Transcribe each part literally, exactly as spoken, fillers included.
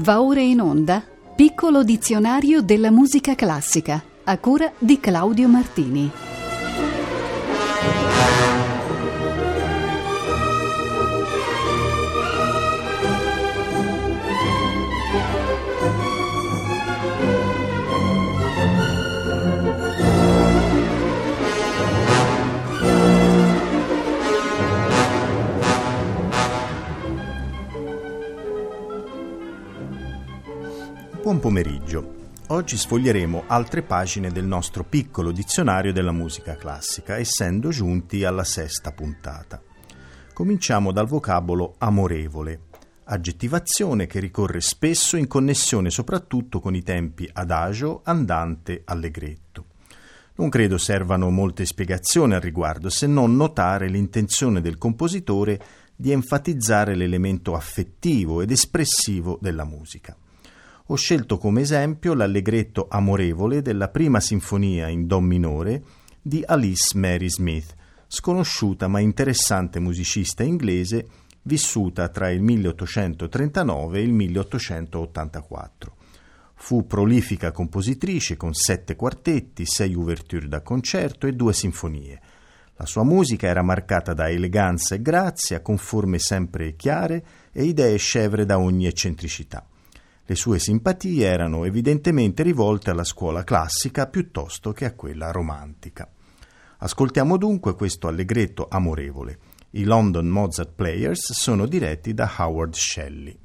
Va ora in onda Piccolo dizionario della musica classica, a cura di Claudio Martini. Buon pomeriggio. Oggi sfoglieremo altre pagine del nostro piccolo dizionario della musica classica, essendo giunti alla sesta puntata. Cominciamo dal vocabolo amorevole, aggettivazione che ricorre spesso in connessione soprattutto con i tempi adagio, andante, allegretto. Non credo servano molte spiegazioni al riguardo, se non notare l'intenzione del compositore di enfatizzare l'elemento affettivo ed espressivo della musica. Ho scelto come esempio l'allegretto amorevole della prima sinfonia in do minore di Alice Mary Smith, sconosciuta ma interessante musicista inglese vissuta tra il milleottocentotrentanove e il milleottocentottantaquattro. Fu prolifica compositrice con sette quartetti, sei ouverture da concerto e due sinfonie. La sua musica era marcata da eleganza e grazia, con forme sempre chiare e idee scevre da ogni eccentricità. Le sue simpatie erano evidentemente rivolte alla scuola classica piuttosto che a quella romantica. Ascoltiamo dunque questo allegretto amorevole. I London Mozart Players sono diretti da Howard Shelley.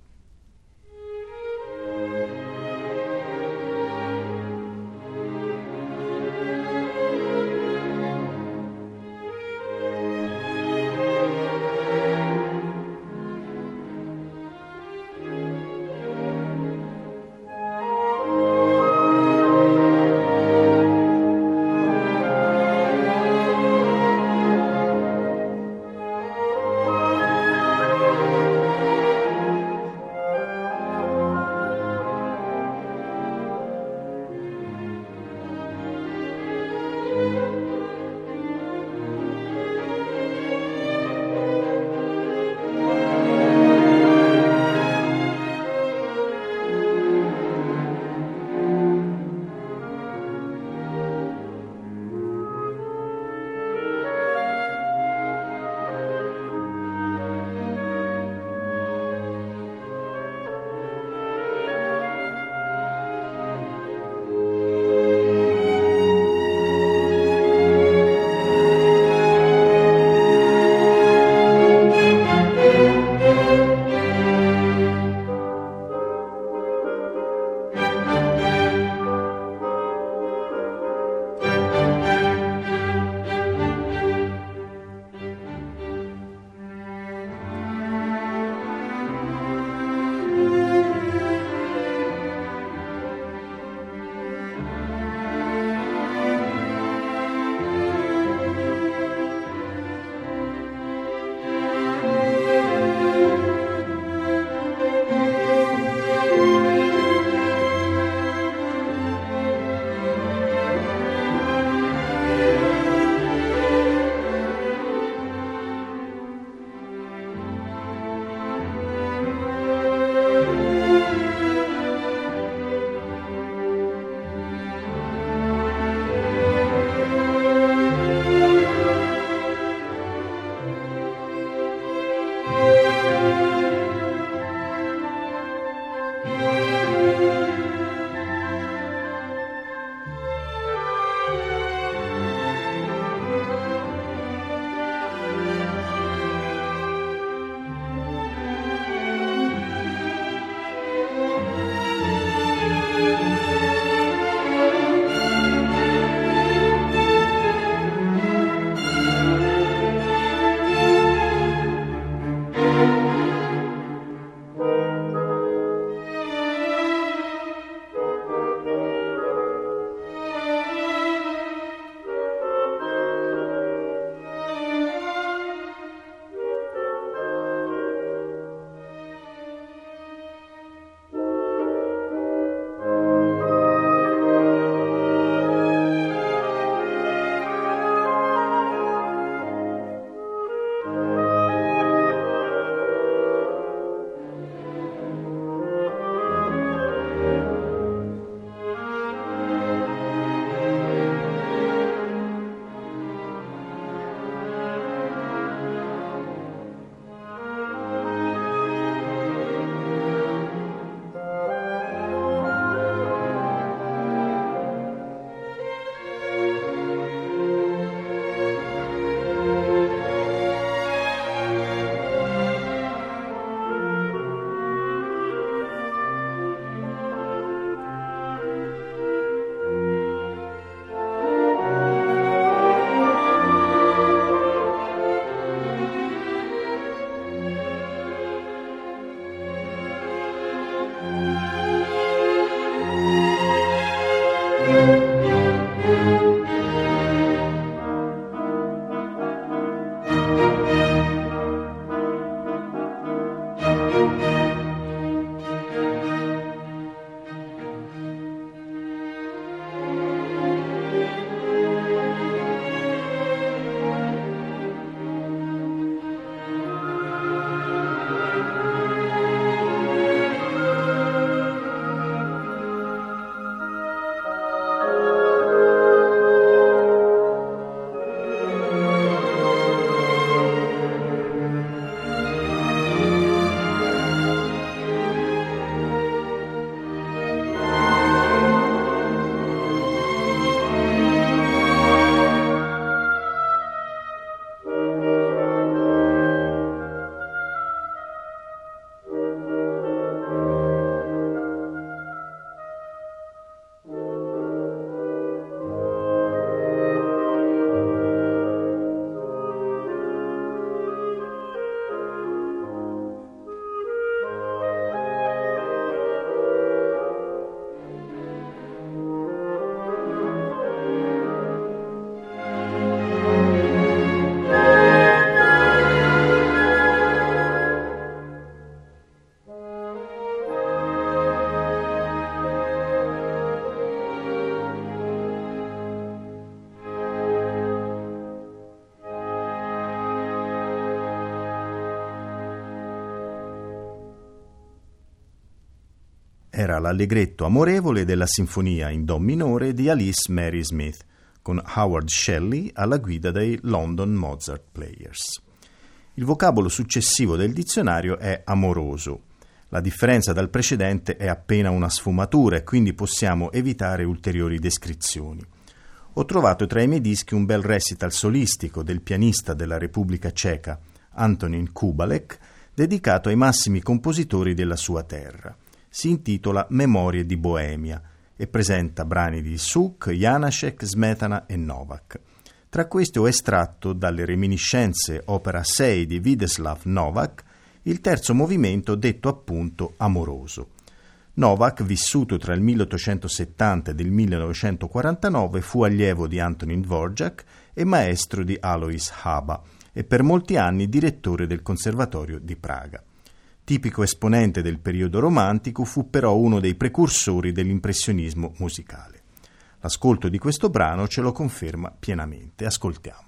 Era l'allegretto amorevole della sinfonia in do minore di Alice Mary Smith, con Howard Shelley alla guida dei London Mozart Players. Il vocabolo successivo del dizionario è amoroso. La differenza dal precedente è appena una sfumatura e quindi possiamo evitare ulteriori descrizioni. Ho trovato tra i miei dischi un bel recital solistico del pianista della Repubblica Ceca, Antonín Kubalek, dedicato ai massimi compositori della sua terra. Si intitola Memorie di Boemia e presenta brani di Suk, Janacek, Smetana e Novak. Tra questi ho estratto dalle Reminiscenze opera sei di Vítězslav Novák il terzo movimento detto appunto amoroso. Novak, vissuto tra il milleottocentosettanta ed il millenovecentoquarantanove, fu allievo di Antonín Dvořák e maestro di Alois Hába e per molti anni direttore del Conservatorio di Praga. Tipico esponente del periodo romantico, fu però uno dei precursori dell'impressionismo musicale. L'ascolto di questo brano ce lo conferma pienamente. Ascoltiamolo.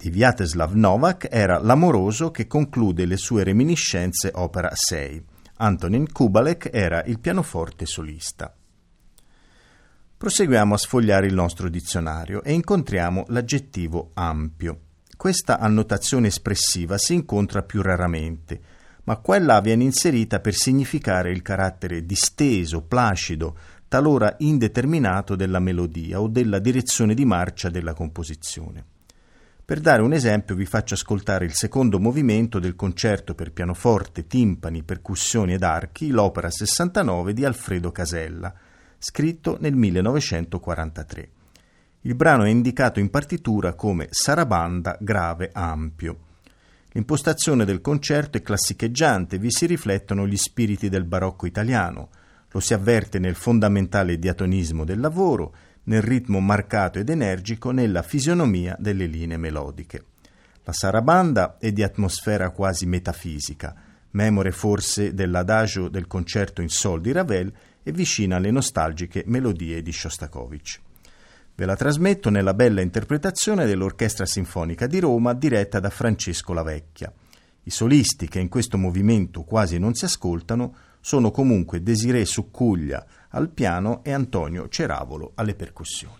di Vyacheslav Novak era l'amoroso che conclude le sue reminiscenze opera sei. Antonin Kubalek era il pianoforte solista. Proseguiamo a sfogliare il nostro dizionario e incontriamo l'aggettivo ampio. Questa annotazione espressiva si incontra più raramente, ma quella viene inserita per significare il carattere disteso, placido, talora indeterminato della melodia o della direzione di marcia della composizione. Per dare un esempio vi faccio ascoltare il secondo movimento del concerto per pianoforte, timpani, percussioni ed archi, l'opera sessantanove di Alfredo Casella, scritto nel millenovecentoquarantatré. Il brano è indicato in partitura come sarabanda grave ampio. L'impostazione del concerto è classicheggiante, vi si riflettono gli spiriti del barocco italiano, lo si avverte nel fondamentale diatonismo del lavoro, nel ritmo marcato ed energico, nella fisionomia delle linee melodiche. La sarabanda è di atmosfera quasi metafisica, memore forse dell'adagio del concerto in sol di Ravel e vicina alle nostalgiche melodie di Shostakovich. Ve la trasmetto nella bella interpretazione dell'Orchestra Sinfonica di Roma diretta da Francesco Lavecchia. I solisti, che in questo movimento quasi non si ascoltano, sono comunque Desiré Succuglia al piano e Antonio Ceravolo alle percussioni.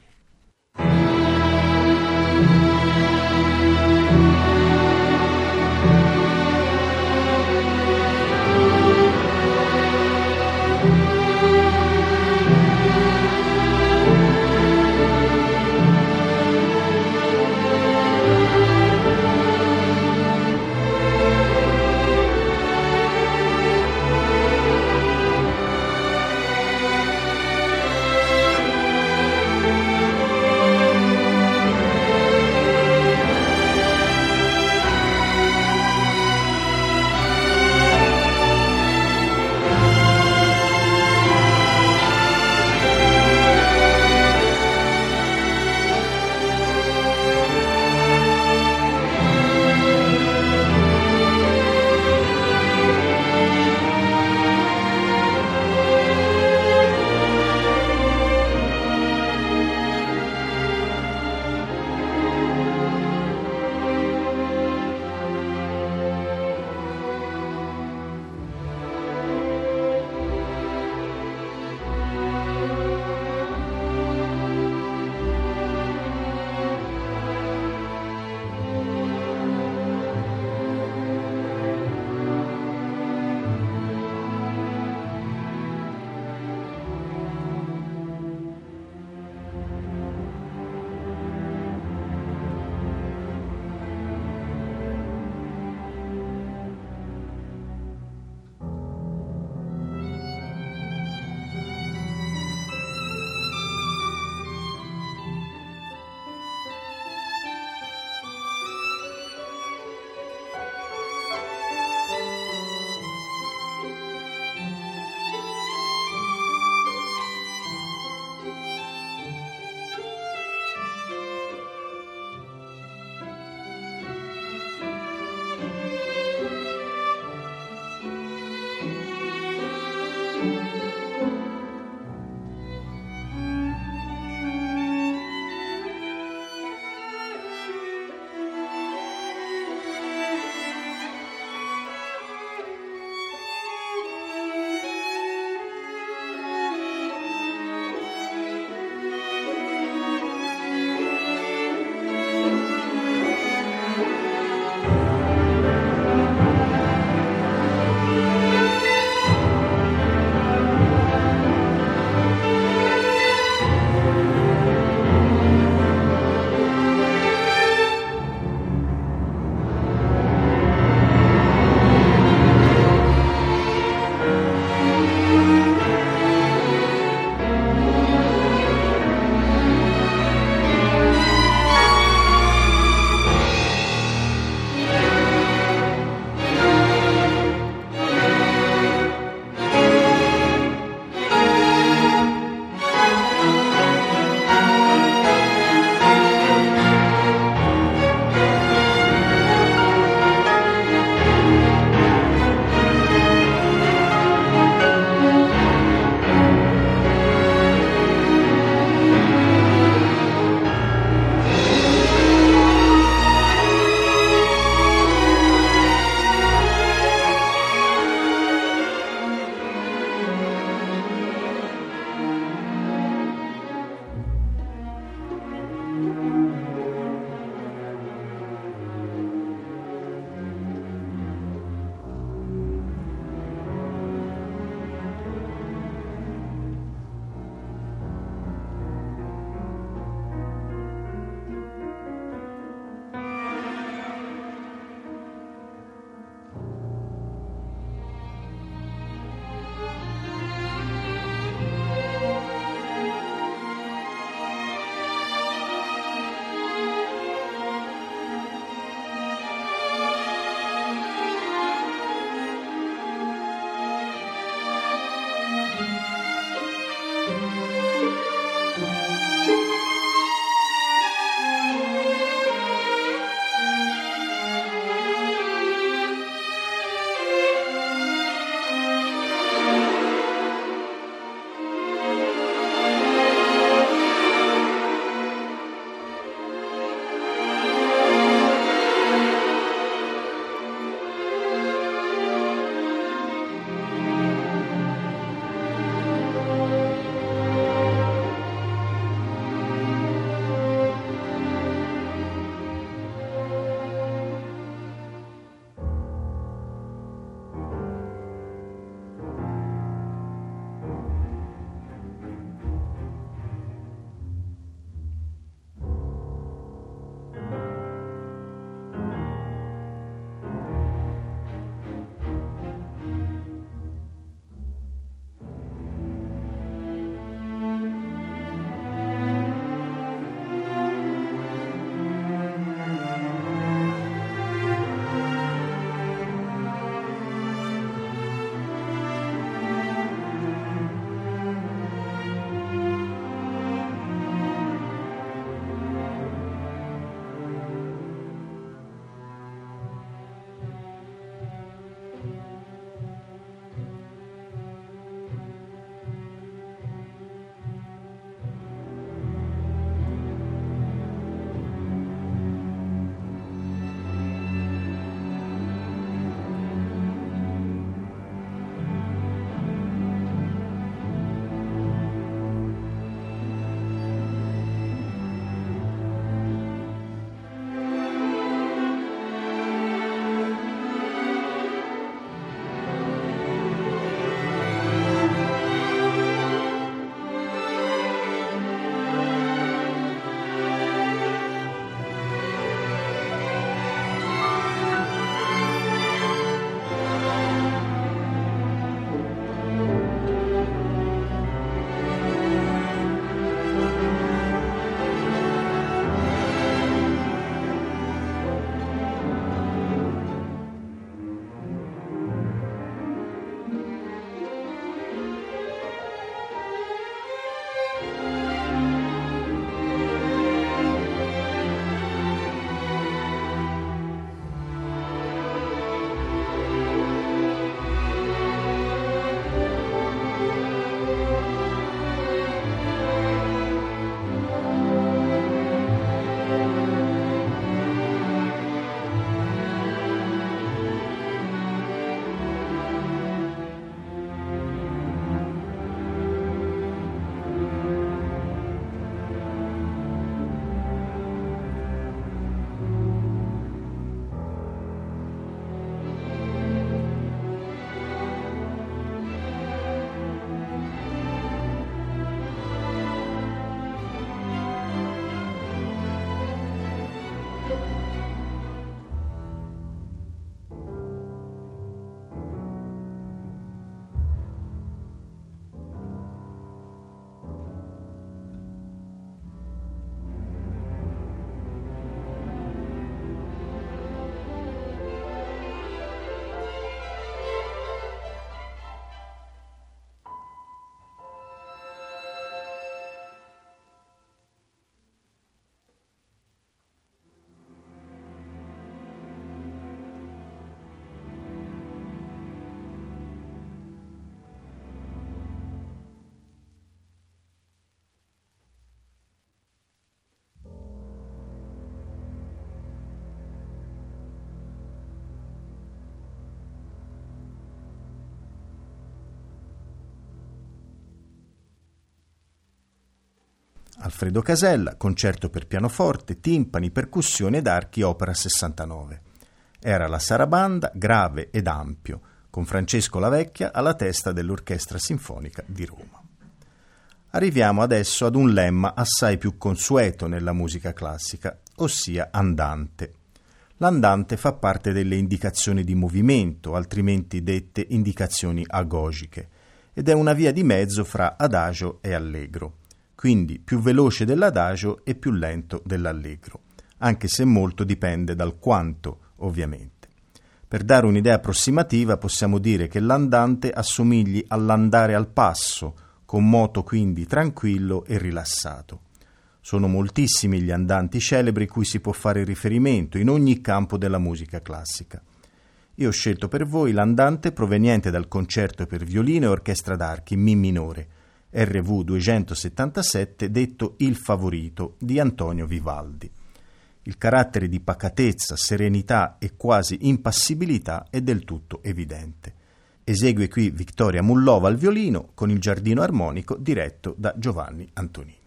Alfredo Casella, concerto per pianoforte, timpani, percussioni ed archi, opera sessantanove. Era la sarabanda, grave ed ampio, con Francesco Lavecchia alla testa dell'Orchestra Sinfonica di Roma. Arriviamo adesso ad un lemma assai più consueto nella musica classica, ossia andante. L'andante fa parte delle indicazioni di movimento, altrimenti dette indicazioni agogiche, ed è una via di mezzo fra adagio e allegro, quindi più veloce dell'adagio e più lento dell'allegro, anche se molto dipende dal quanto, ovviamente. Per dare un'idea approssimativa possiamo dire che l'andante assomigli all'andare al passo, con moto quindi tranquillo e rilassato. Sono moltissimi gli andanti celebri cui si può fare riferimento in ogni campo della musica classica. Io ho scelto per voi l'andante proveniente dal concerto per violino e orchestra d'archi in Mi minore, R V duecentosettantasette, detto Il Favorito, di Antonio Vivaldi. Il carattere di pacatezza, serenità e quasi impassibilità è del tutto evidente. Esegue qui Vittoria Mullova al violino con il giardino armonico diretto da Giovanni Antonini.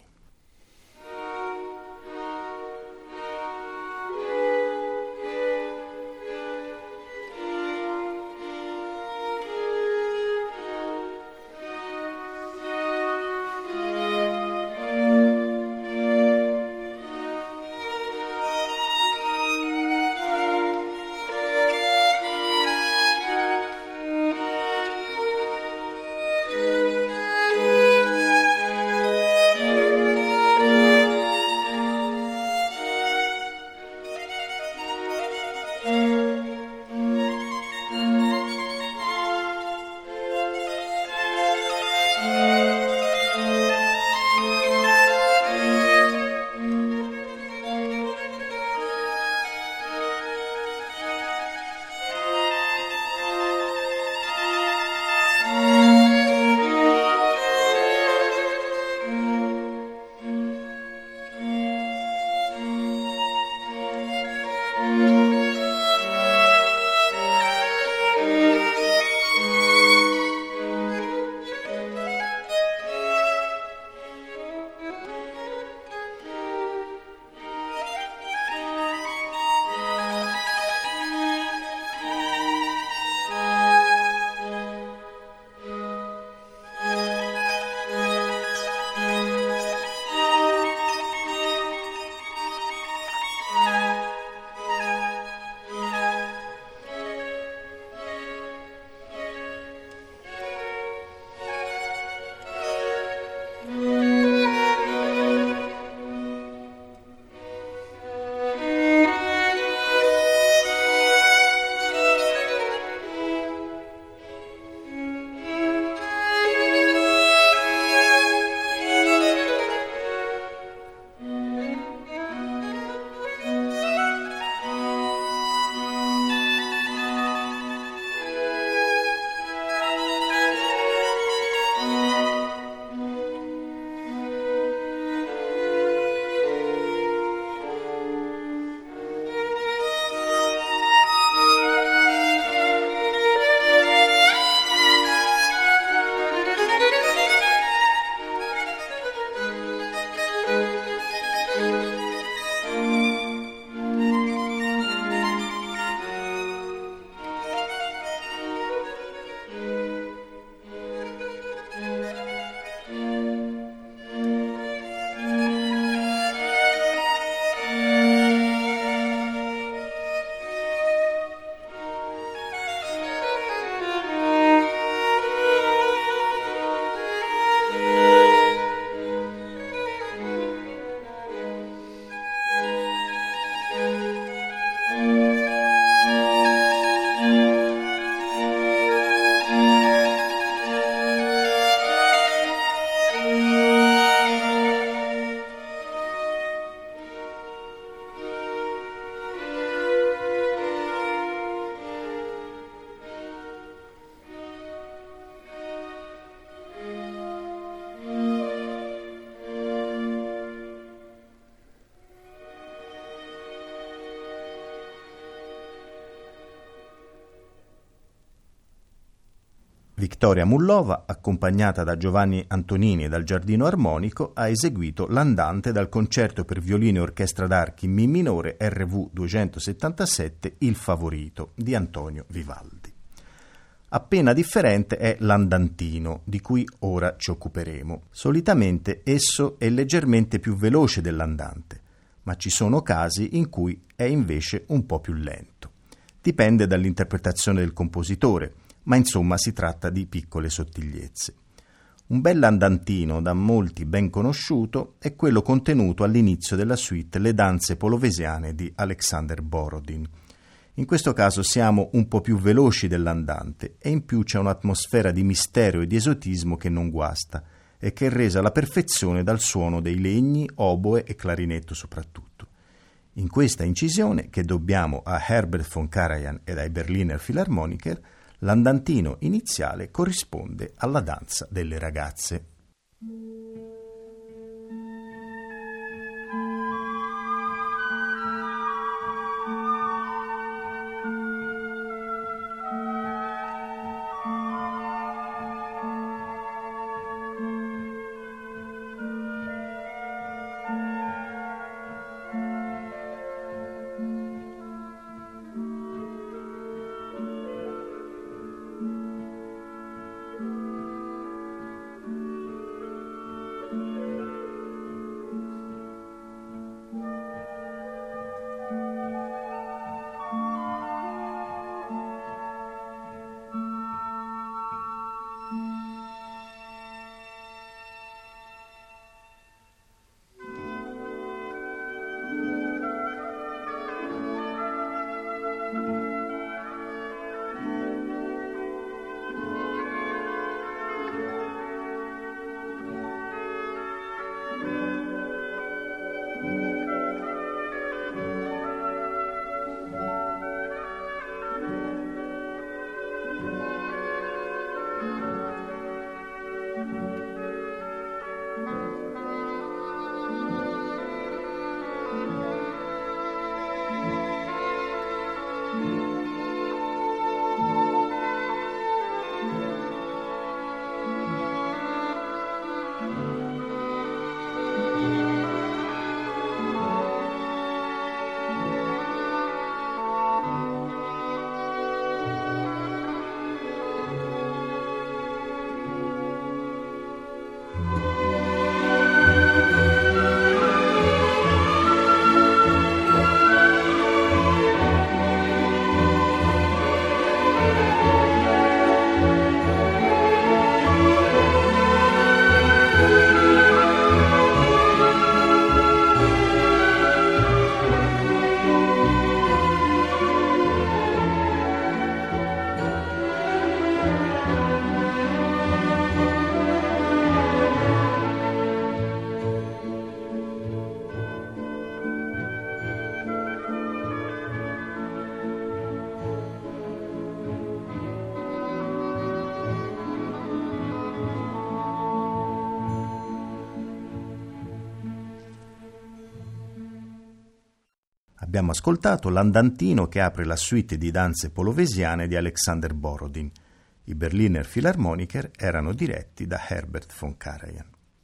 Thank you. Victoria Mullova, accompagnata da Giovanni Antonini e dal Giardino Armonico, ha eseguito l'andante dal concerto per violino e orchestra d'archi in Mi minore R V duecentosettantasette Il Favorito di Antonio Vivaldi. Appena differente è l'andantino, di cui ora ci occuperemo. Solitamente esso è leggermente più veloce dell'andante, ma ci sono casi in cui è invece un po' più lento. Dipende dall'interpretazione del compositore, ma insomma si tratta di piccole sottigliezze. Un bell'andantino da molti ben conosciuto è quello contenuto all'inizio della suite Le danze polovesiane di Alexander Borodin. In questo caso siamo un po' più veloci dell'andante e in più c'è un'atmosfera di mistero e di esotismo che non guasta e che è resa alla perfezione dal suono dei legni, oboe e clarinetto soprattutto. In questa incisione, che dobbiamo a Herbert von Karajan ed ai Berliner Philharmoniker, l'andantino iniziale corrisponde alla danza delle ragazze. Abbiamo ascoltato l'andantino che apre la suite di danze polovesiane di Alexander Borodin. I Berliner Philharmoniker erano diretti da Herbert von Karajan.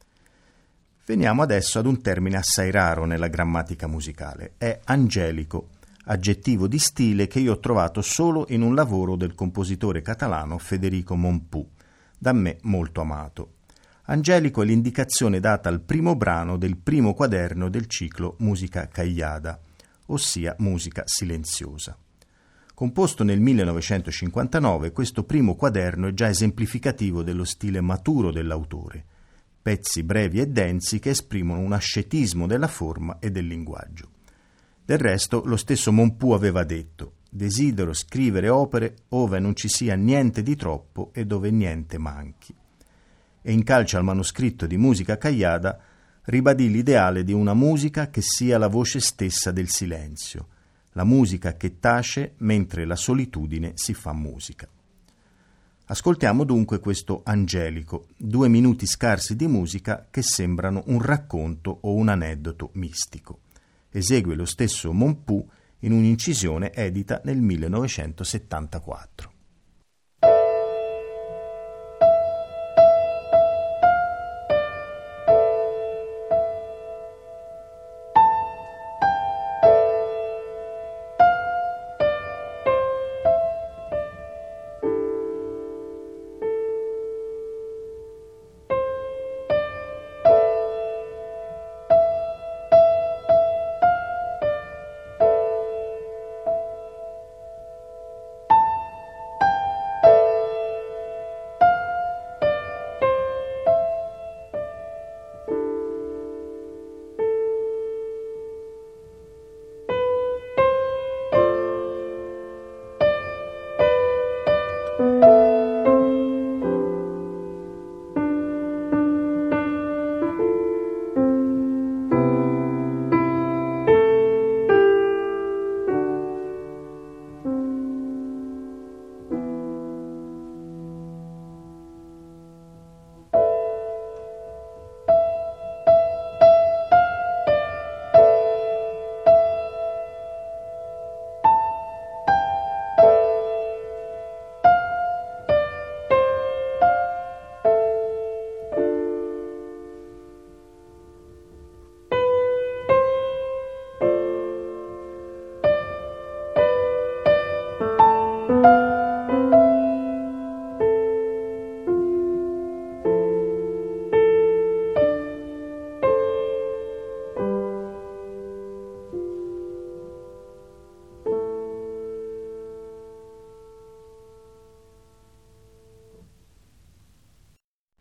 Veniamo adesso ad un termine assai raro nella grammatica musicale. È angelico, aggettivo di stile che io ho trovato solo in un lavoro del compositore catalano Federico Mompou, da me molto amato. Angelico è l'indicazione data al primo brano del primo quaderno del ciclo Musica Callada, ossia musica silenziosa. Composto nel millenovecentocinquantanove, questo primo quaderno è già esemplificativo dello stile maturo dell'autore, pezzi brevi e densi che esprimono un ascetismo della forma e del linguaggio. Del resto, lo stesso Mompou aveva detto: «Desidero scrivere opere ove non ci sia niente di troppo e dove niente manchi». E in calce al manoscritto di Musica Callada ribadì l'ideale di una musica che sia la voce stessa del silenzio, la musica che tace mentre la solitudine si fa musica. Ascoltiamo dunque questo angelico, due minuti scarsi di musica che sembrano un racconto o un aneddoto mistico. Esegue lo stesso Mompou in un'incisione edita nel millenovecentosettantaquattro.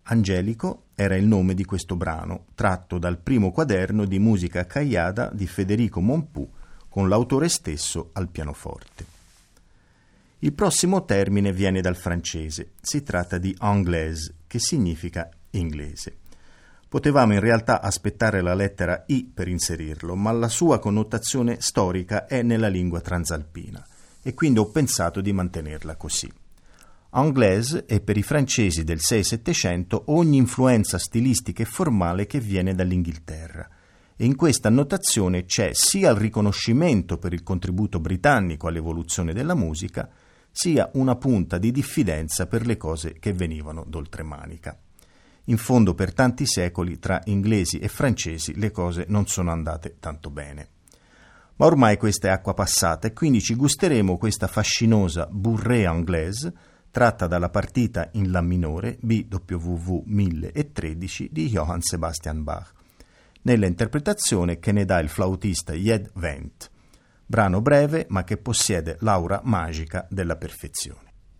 Angelico era il nome di questo brano, tratto dal primo quaderno di musica caiada di Federico Mompou, con l'autore stesso al pianoforte. Il prossimo termine viene dal francese, si tratta di anglaise, che significa inglese. Potevamo in realtà aspettare la lettera I per inserirlo, ma la sua connotazione storica è nella lingua transalpina, e quindi ho pensato di mantenerla così. Anglaise è per i francesi del sei settecento ogni influenza stilistica e formale che viene dall'Inghilterra, e in questa annotazione c'è sia il riconoscimento per il contributo britannico all'evoluzione della musica, sia una punta di diffidenza per le cose che venivano d'oltremanica. In fondo per tanti secoli tra inglesi e francesi le cose non sono andate tanto bene. Ma ormai questa è acqua passata e quindi ci gusteremo questa fascinosa bourrée anglaise tratta dalla partita in La minore B W V mille tredici di Johann Sebastian Bach, nella interpretazione che ne dà il flautista Jed Wendt, brano breve ma che possiede l'aura magica della perfezione.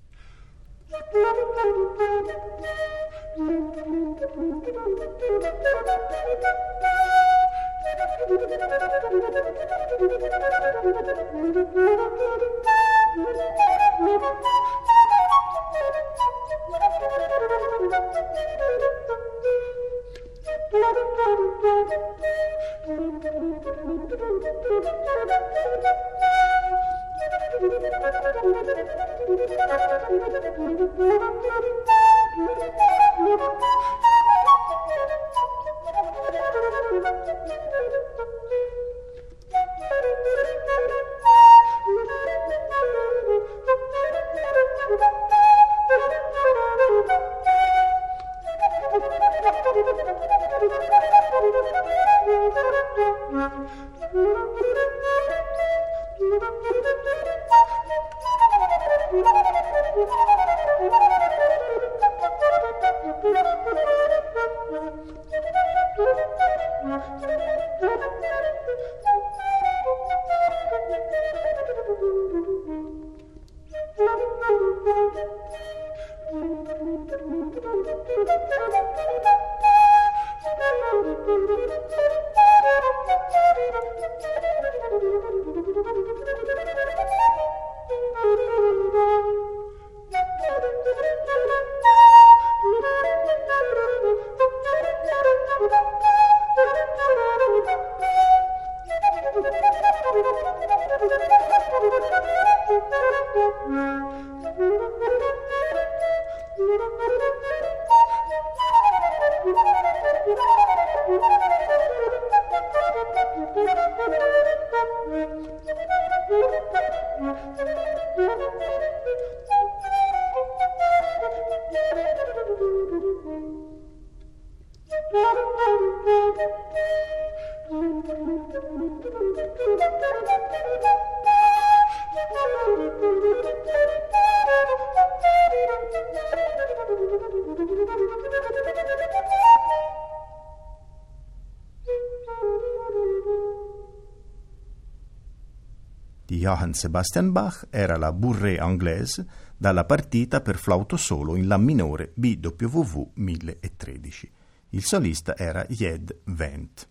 Di Johann Sebastian Bach era la bourrée anglaise dalla partita per flauto solo in La minore B W V mille tredici. Il solista era Jed Wendt.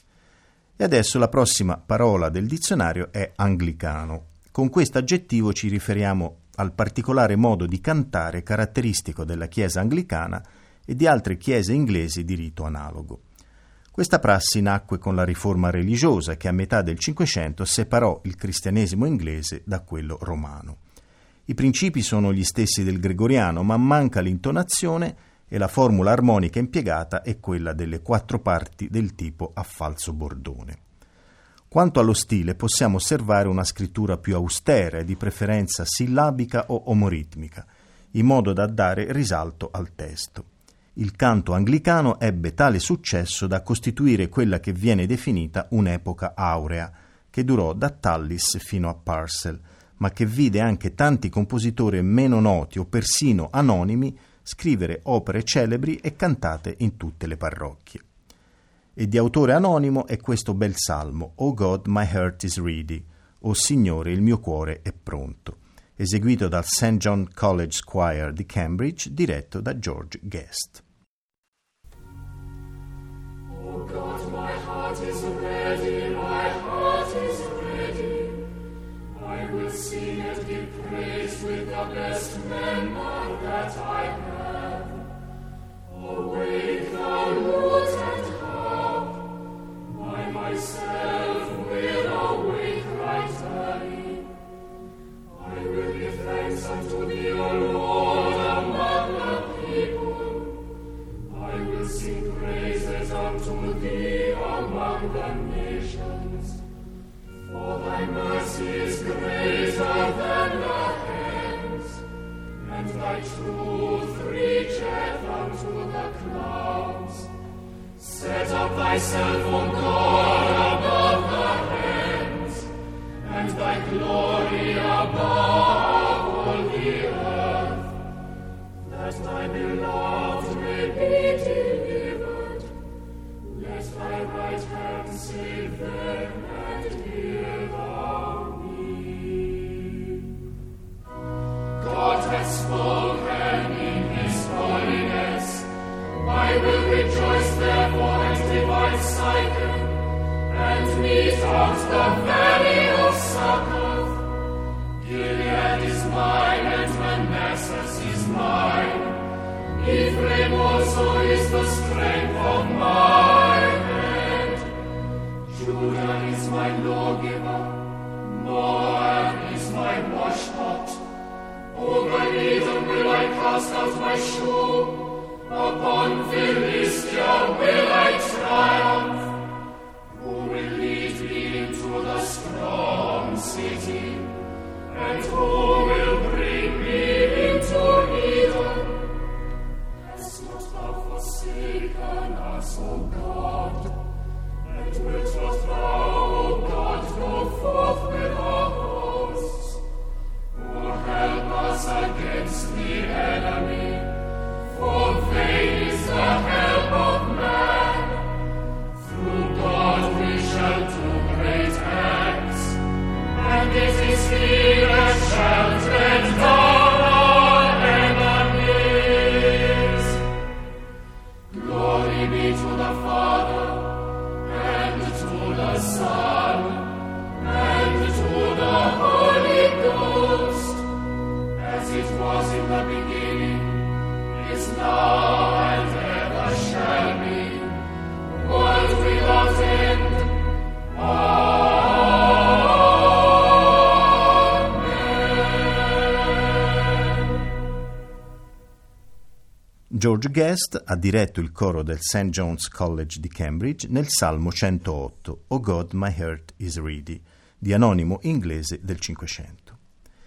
E adesso la prossima parola del dizionario è anglicano. Con questo aggettivo ci riferiamo al particolare modo di cantare caratteristico della Chiesa anglicana e di altre chiese inglesi di rito analogo. Questa prassi nacque con la riforma religiosa che a metà del Cinquecento separò il cristianesimo inglese da quello romano. I principi sono gli stessi del gregoriano, ma manca l'intonazione e la formula armonica impiegata è quella delle quattro parti del tipo a falso bordone. Quanto allo stile possiamo osservare una scrittura più austera e di preferenza sillabica o omoritmica, in modo da dare risalto al testo. Il canto anglicano ebbe tale successo da costituire quella che viene definita un'epoca aurea, che durò da Tallis fino a Purcell, ma che vide anche tanti compositori meno noti o persino anonimi scrivere opere celebri e cantate in tutte le parrocchie. E di autore anonimo è questo bel salmo, O God, my heart is ready, O Signore, il mio cuore è pronto, eseguito dal Saint John College Choir di Cambridge, diretto da George Guest. George Guest ha diretto il coro del Saint John's College di Cambridge nel Salmo centootto, O God, my heart is ready, di anonimo inglese del Cinquecento.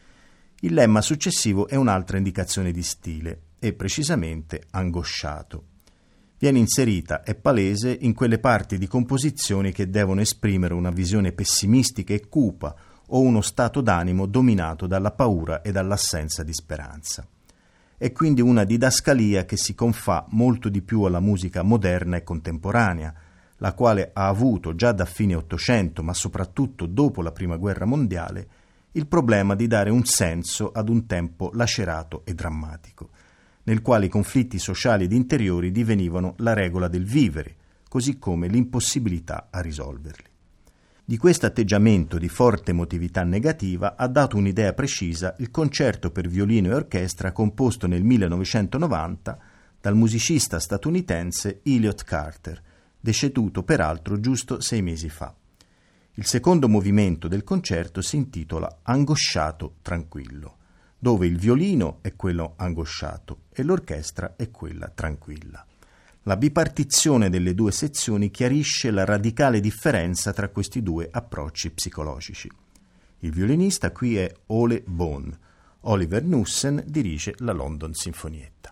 Il lemma successivo è un'altra indicazione di stile, e precisamente angosciato. Viene inserita, è palese, in quelle parti di composizioni che devono esprimere una visione pessimistica e cupa o uno stato d'animo dominato dalla paura e dall'assenza di speranza. È quindi una didascalia che si confà molto di più alla musica moderna e contemporanea, la quale ha avuto già da fine Ottocento, ma soprattutto dopo la Prima Guerra Mondiale, il problema di dare un senso ad un tempo lacerato e drammatico, nel quale i conflitti sociali ed interiori divenivano la regola del vivere, così come l'impossibilità a risolverli. Di questo atteggiamento di forte emotività negativa ha dato un'idea precisa il concerto per violino e orchestra composto nel millenovecentonovanta dal musicista statunitense Elliott Carter, deceduto peraltro giusto sei mesi fa. Il secondo movimento del concerto si intitola Angosciato tranquillo, dove il violino è quello angosciato e l'orchestra è quella tranquilla. La bipartizione delle due sezioni chiarisce la radicale differenza tra questi due approcci psicologici. Il violinista qui è Ole Bohn. Oliver Knussen dirige la London Sinfonietta.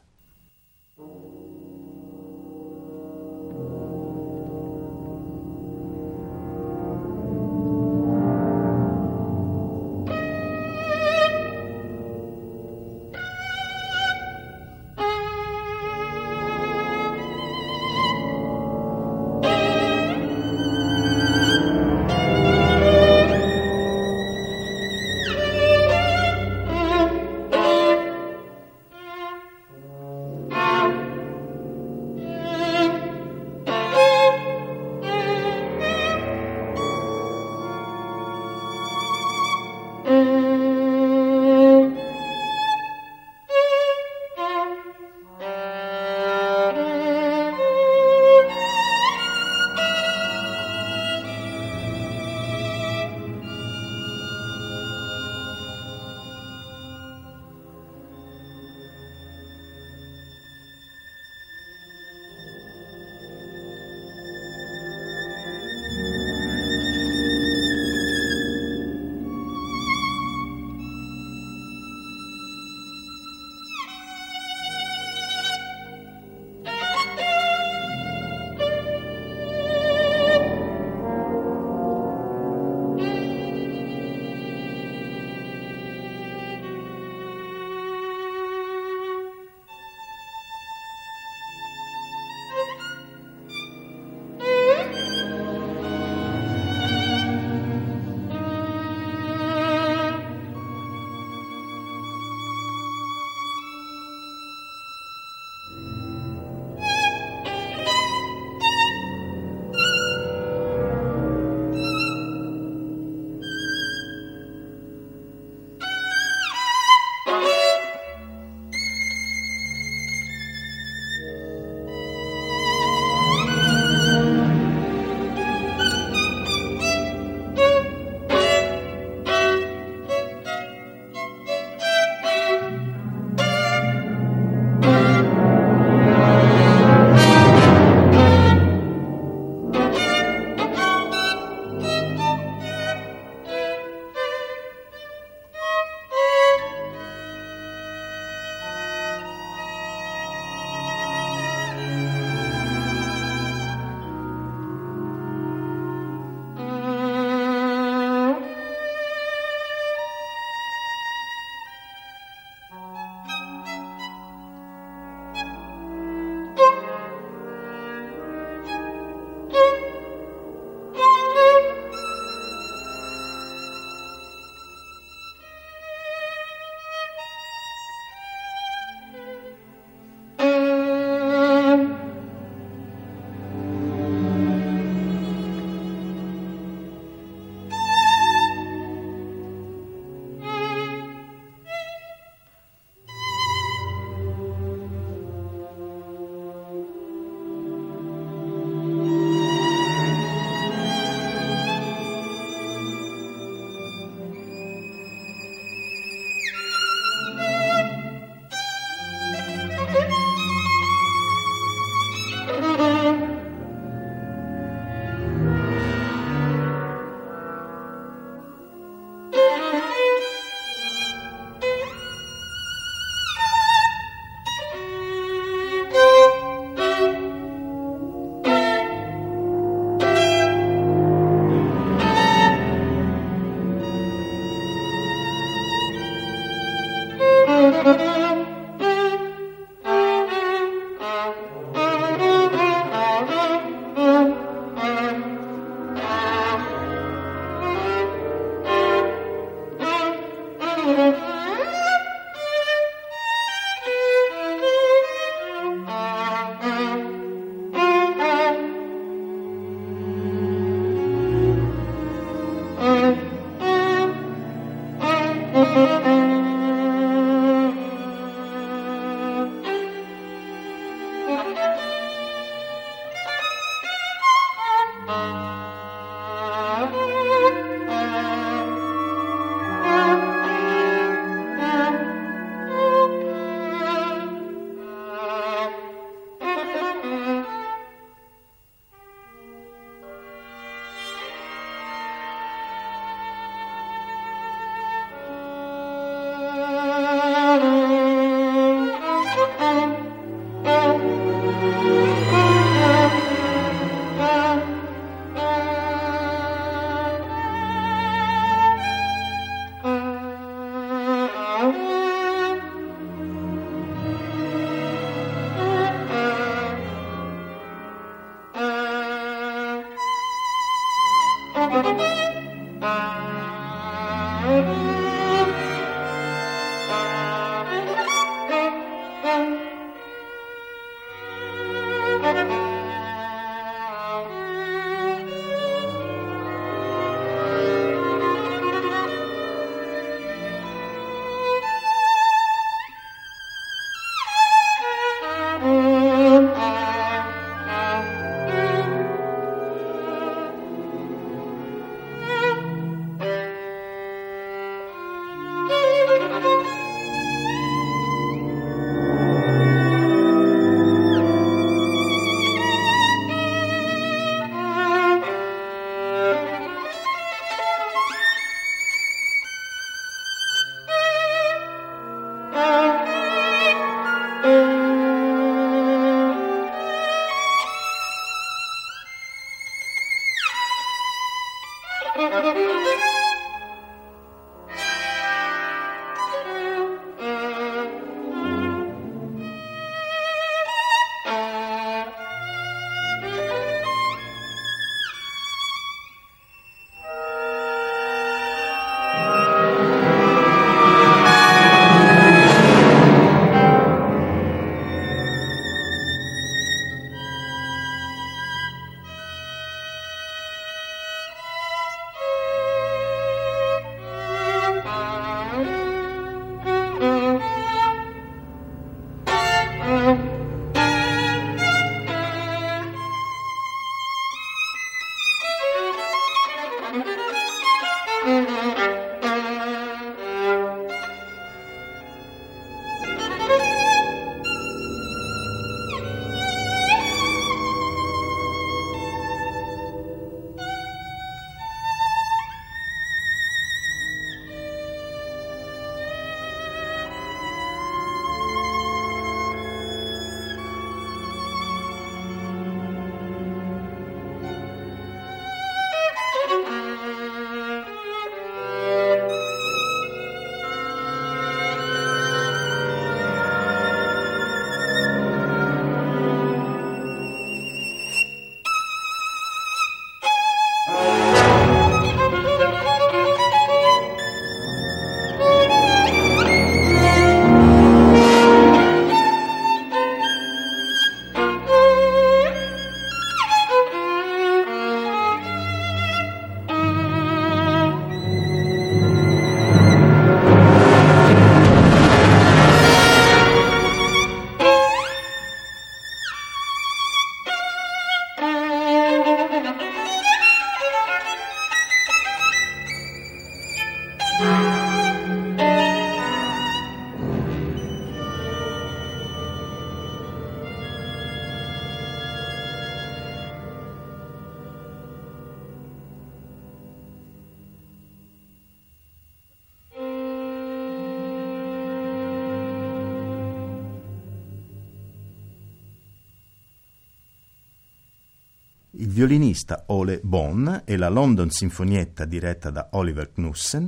Il violinista Ole Bon e la London Sinfonietta diretta da Oliver Knussen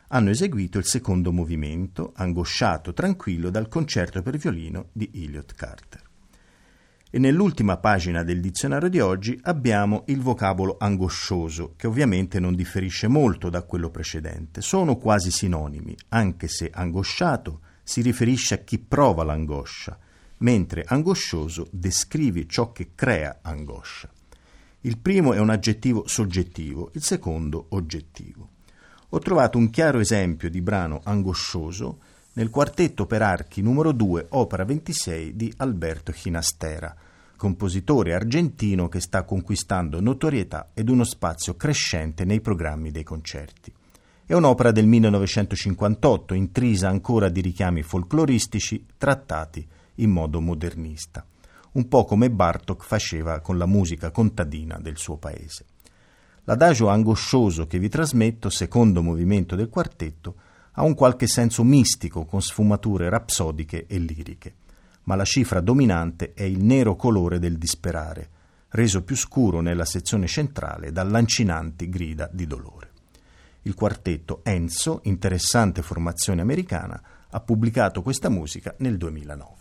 hanno eseguito il secondo movimento, angosciato, tranquillo, dal concerto per violino di Elliott Carter. E nell'ultima pagina del dizionario di oggi abbiamo il vocabolo angoscioso, che ovviamente non differisce molto da quello precedente. Sono quasi sinonimi, anche se angosciato si riferisce a chi prova l'angoscia, mentre angoscioso descrive ciò che crea angoscia. Il primo è un aggettivo soggettivo, il secondo oggettivo. Ho trovato un chiaro esempio di brano angoscioso nel quartetto per archi numero due, opera ventisei di Alberto Ginastera, compositore argentino che sta conquistando notorietà ed uno spazio crescente nei programmi dei concerti. È un'opera del millenovecentocinquantotto, intrisa ancora di richiami folcloristici trattati in modo modernista, un po' come Bartók faceva con la musica contadina del suo paese. L'adagio angoscioso che vi trasmetto, secondo movimento del quartetto, ha un qualche senso mistico con sfumature rapsodiche e liriche, ma la cifra dominante è il nero colore del disperare, reso più scuro nella sezione centrale da lancinanti grida di dolore. Il quartetto Enzo, interessante formazione americana, ha pubblicato questa musica nel duemilanove.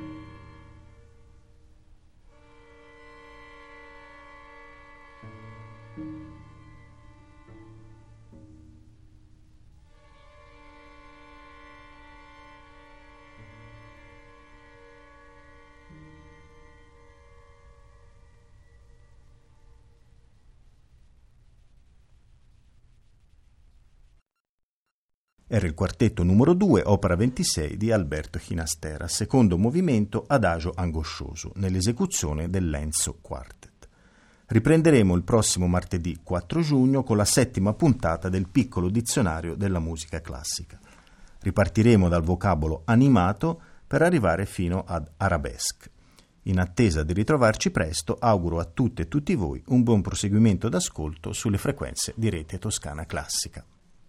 Era il quartetto numero due, opera ventisei di Alberto Ginastera, secondo movimento adagio angoscioso, nell'esecuzione del Lenzo Quartet. Riprenderemo il prossimo martedì quattro giugno con la settima puntata del piccolo dizionario della musica classica. Ripartiremo dal vocabolo animato per arrivare fino ad arabesque. In attesa di ritrovarci presto, auguro a tutte e tutti voi un buon proseguimento d'ascolto sulle frequenze di Rete Toscana Classica.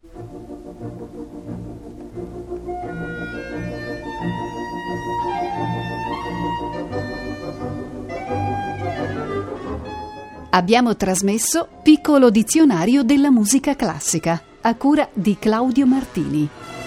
Abbiamo trasmesso Piccolo dizionario della musica classica, a cura di Claudio Martini.